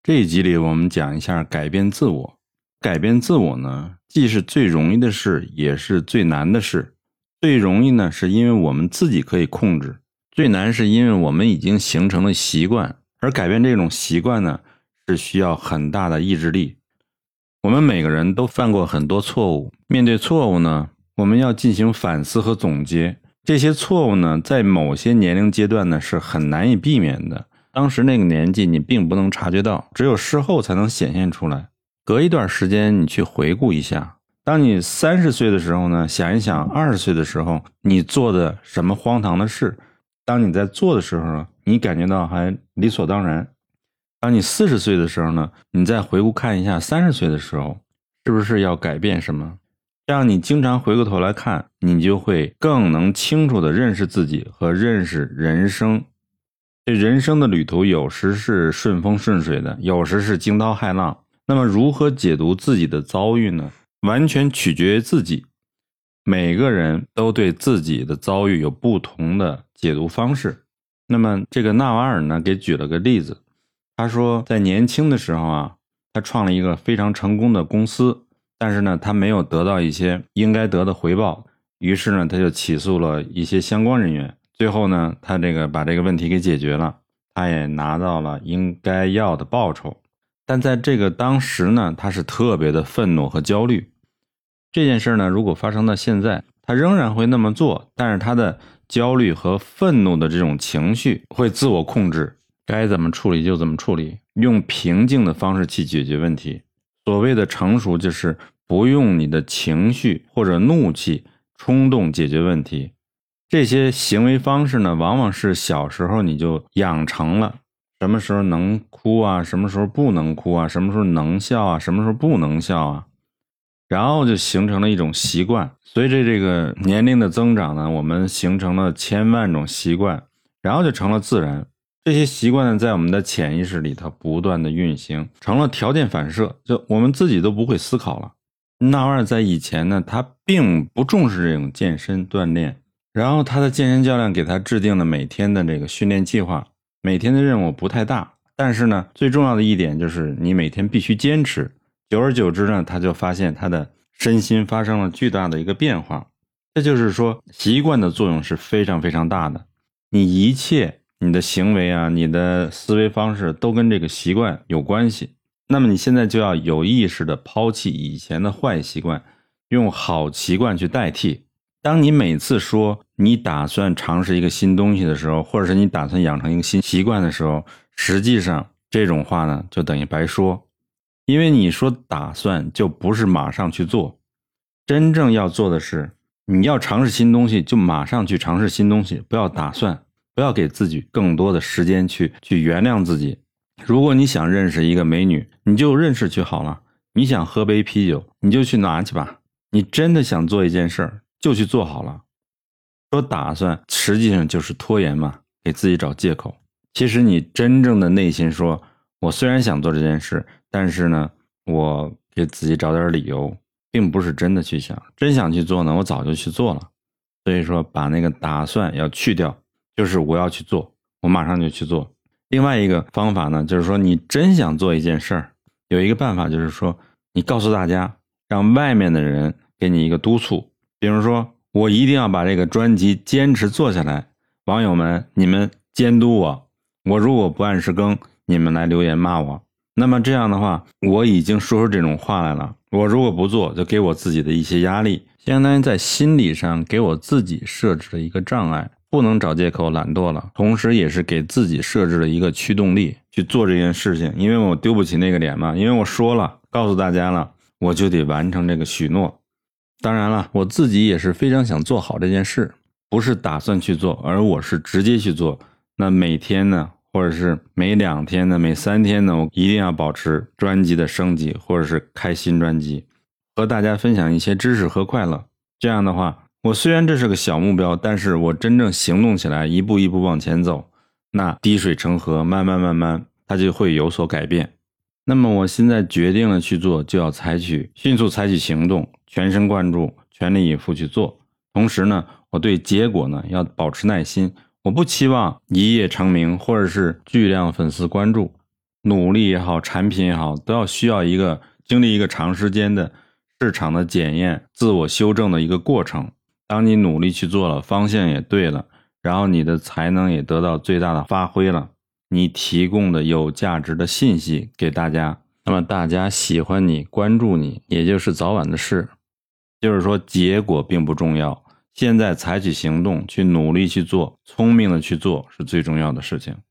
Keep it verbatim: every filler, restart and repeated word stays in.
这一集里我们讲一下改变自我。改变自我呢，既是最容易的事，也是最难的事。最容易呢，是因为我们自己可以控制；最难是因为我们已经形成了习惯，而改变这种习惯呢，是需要很大的意志力。我们每个人都犯过很多错误，面对错误呢，我们要进行反思和总结。这些错误呢，在某些年龄阶段呢，是很难以避免的。当时那个年纪你并不能察觉到，只有事后才能显现出来。隔一段时间你去回顾一下，当你三十岁的时候呢，想一想二十岁的时候你做的什么荒唐的事，当你在做的时候呢，你感觉到还理所当然。当你四十岁的时候呢，你再回顾看一下三十岁的时候是不是要改变什么。这样你经常回过头来看，你就会更能清楚地认识自己和认识人生。这人生的旅途有时是顺风顺水的，有时是惊涛骇浪。那么如何解读自己的遭遇呢？完全取决于自己。每个人都对自己的遭遇有不同的解读方式。那么这个纳瓦尔呢，给举了个例子。他说在年轻的时候啊，他创了一个非常成功的公司，但是呢，他没有得到一些应该得的回报，于是呢，他就起诉了一些相关人员。最后呢，他这个把这个问题给解决了，他也拿到了应该要的报酬。但在这个当时呢，他是特别的愤怒和焦虑。这件事呢，如果发生到现在，他仍然会那么做，但是他的焦虑和愤怒的这种情绪会自我控制，该怎么处理就怎么处理，用平静的方式去解决问题。所谓的成熟，就是不用你的情绪或者怒气冲动解决问题。这些行为方式呢，往往是小时候你就养成了，什么时候能哭啊，什么时候不能哭啊，什么时候能笑啊，什么时候不能笑啊，然后就形成了一种习惯。随着这个年龄的增长呢，我们形成了千万种习惯，然后就成了自然。这些习惯呢，在我们的潜意识里头不断的运行，成了条件反射，就我们自己都不会思考了。纳瓦尔在以前呢，他并不重视这种健身锻炼，然后他的健身教练给他制定了每天的这个训练计划，每天的任务不太大，但是呢，最重要的一点就是你每天必须坚持。久而久之呢，他就发现他的身心发生了巨大的一个变化。这就是说，习惯的作用是非常非常大的。你一切你的行为啊，你的思维方式都跟这个习惯有关系。那么你现在就要有意识的抛弃以前的坏习惯，用好习惯去代替。当你每次说你打算尝试一个新东西的时候，或者是你打算养成一个新习惯的时候，实际上这种话呢，就等于白说。因为你说打算就不是马上去做，真正要做的是，你要尝试新东西就马上去尝试新东西，不要打算，不要给自己更多的时间去去原谅自己。如果你想认识一个美女，你就认识去好了。你想喝杯啤酒，你就去拿去吧。你真的想做一件事儿，就去做好了。说打算实际上就是拖延嘛，给自己找借口。其实你真正的内心说，我虽然想做这件事，但是呢，我给自己找点理由，并不是真的去想。真想去做呢，我早就去做了。所以说把那个打算要去掉，就是我要去做，我马上就去做。另外一个方法呢，就是说你真想做一件事儿，有一个办法就是说，你告诉大家，让外面的人给你一个督促。比如说，我一定要把这个专辑坚持做下来，网友们你们监督我，我如果不按时更，你们来留言骂我。那么这样的话，我已经说出这种话来了，我如果不做，就给我自己的一些压力，相当于在心理上给我自己设置了一个障碍，不能找借口懒惰了，同时也是给自己设置了一个驱动力去做这件事情。因为我丢不起那个脸嘛，因为我说了，告诉大家了，我就得完成这个许诺。当然了，我自己也是非常想做好这件事，不是打算去做，而我是直接去做。那每天呢，或者是每两天呢，每三天呢，我一定要保持专辑的升级，或者是开新专辑，和大家分享一些知识和快乐。这样的话，我虽然这是个小目标，但是我真正行动起来，一步一步往前走，那滴水成河，慢慢慢慢它就会有所改变。那么我现在决定了去做，就要采取迅速采取行动，全神贯注，全力以赴去做。同时呢，我对结果呢要保持耐心，我不期望一夜成名或者是巨量粉丝关注。 努力也好，产品也好，都要需要一个经历一个长时间的市场的检验、自我修正的一个过程。当你努力去做了，方向也对了，然后你的才能也得到最大的发挥了，你提供的有价值的信息给大家，那么大家喜欢你、关注你，也就是早晚的事。就是说结果并不重要，现在采取行动，去努力去做，聪明的去做是最重要的事情。